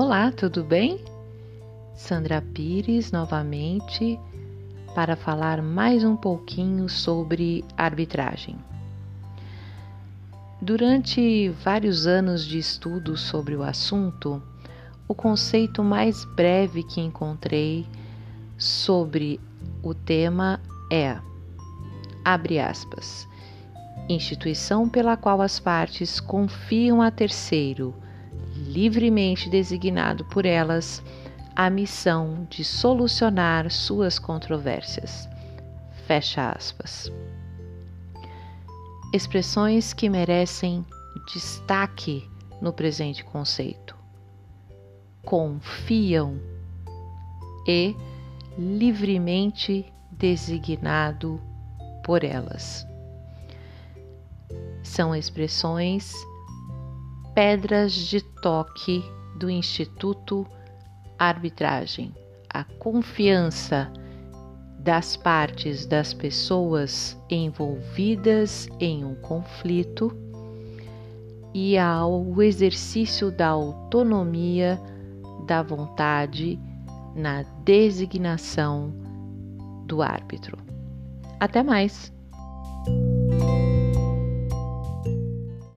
Olá, tudo bem? Sandra Pires novamente para falar mais um pouquinho sobre arbitragem. Durante vários anos de estudo sobre o assunto, o conceito mais breve que encontrei sobre o tema é, abre aspas, instituição pela qual as partes confiam a terceiro, livremente designado por elas, a missão de solucionar suas controvérsias. Fecha aspas. Expressões que merecem destaque no presente conceito. Confiam e livremente designado por elas. São expressões pedras de toque do Instituto Arbitragem. A confiança das partes das pessoas envolvidas em um conflito e ao exercício da autonomia da vontade na designação do árbitro. Até mais!